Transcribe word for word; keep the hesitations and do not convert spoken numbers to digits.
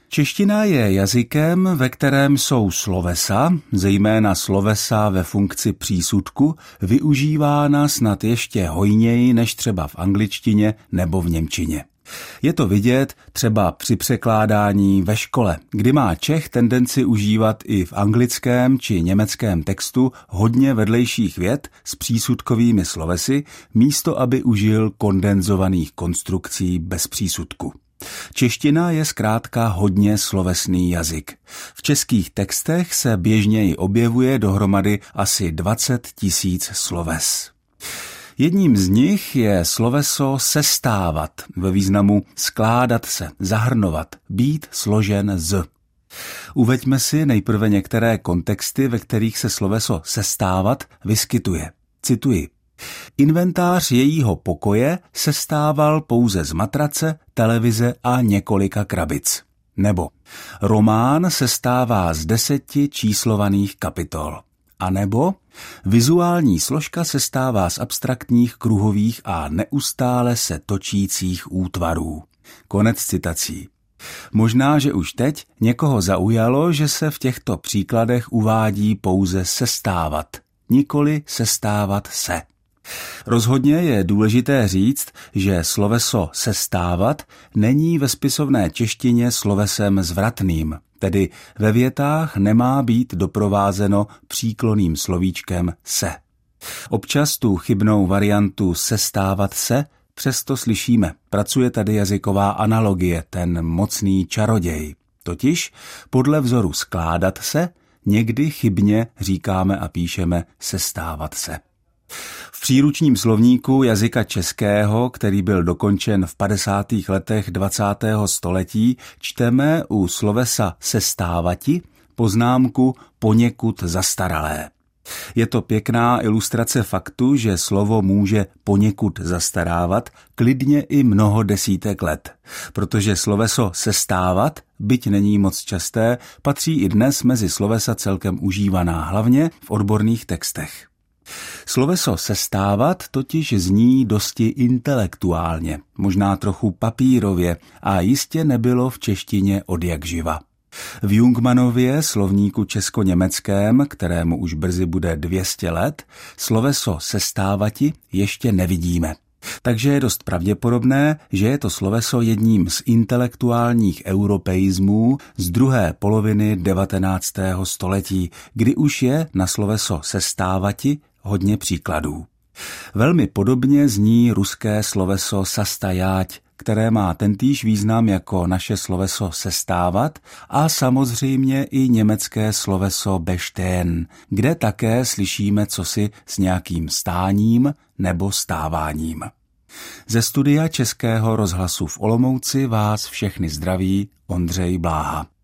Čeština je jazykem, ve kterém jsou slovesa, zejména slovesa ve funkci přísudku, využívána snad ještě hojněji než třeba v angličtině nebo v němčině. Je to vidět třeba při překládání ve škole, kdy má Čech tendenci užívat i v anglickém či německém textu hodně vedlejších vět s přísudkovými slovesy, místo aby užil kondenzovaných konstrukcí bez přísudku. Čeština je zkrátka hodně slovesný jazyk. V českých textech se běžněji objevuje dohromady asi dvacet tisíc sloves. Jedním z nich je sloveso sestávat ve významu skládat se, zahrnovat, být složen z. Uveďme si nejprve některé kontexty, ve kterých se sloveso sestávat vyskytuje. Cituji. Inventář jejího pokoje sestával pouze z matrace, televize a několika krabic. Nebo román sestává z deseti číslovaných kapitol. A nebo vizuální složka sestává z abstraktních, kruhových a neustále se točících útvarů. Konec citací. Možná, že už teď někoho zaujalo, že se v těchto příkladech uvádí pouze sestávat, nikoli sestávat se. Rozhodně je důležité říct, že sloveso sestávat není ve spisovné češtině slovesem zvratným, tedy ve větách nemá být doprovázeno příklonným slovíčkem se. Občas tu chybnou variantu sestávat se přesto slyšíme. Pracuje tady jazyková analogie, ten mocný čaroděj. Totiž podle vzoru skládat se někdy chybně říkáme a píšeme sestávat se. V příručním slovníku jazyka českého, který byl dokončen v padesátých letech dvacátého století, čteme u slovesa sestávati poznámku poněkud zastaralé. Je to pěkná ilustrace faktu, že slovo může poněkud zastarávat klidně i mnoho desítek let, protože sloveso sestávat, byť není moc časté, patří i dnes mezi slovesa celkem užívaná, hlavně v odborných textech. Sloveso sestávat totiž zní dosti intelektuálně, možná trochu papírově a jistě nebylo v češtině odjakživa. V Jungmannově slovníku česko-německém, kterému už brzy bude dvě stě let, sloveso sestávati ještě nevidíme. Takže je dost pravděpodobné, že je to sloveso jedním z intelektuálních europeismů z druhé poloviny devatenáctého století, kdy už je na sloveso sestávati hodně příkladů. Velmi podobně zní ruské sloveso sastajáť, které má tentýž význam jako naše sloveso sestávat a samozřejmě i německé sloveso bestehen, kde také slyšíme cosi s nějakým stáním nebo stáváním. Ze studia Českého rozhlasu v Olomouci vás všechny zdraví Ondřej Bláha.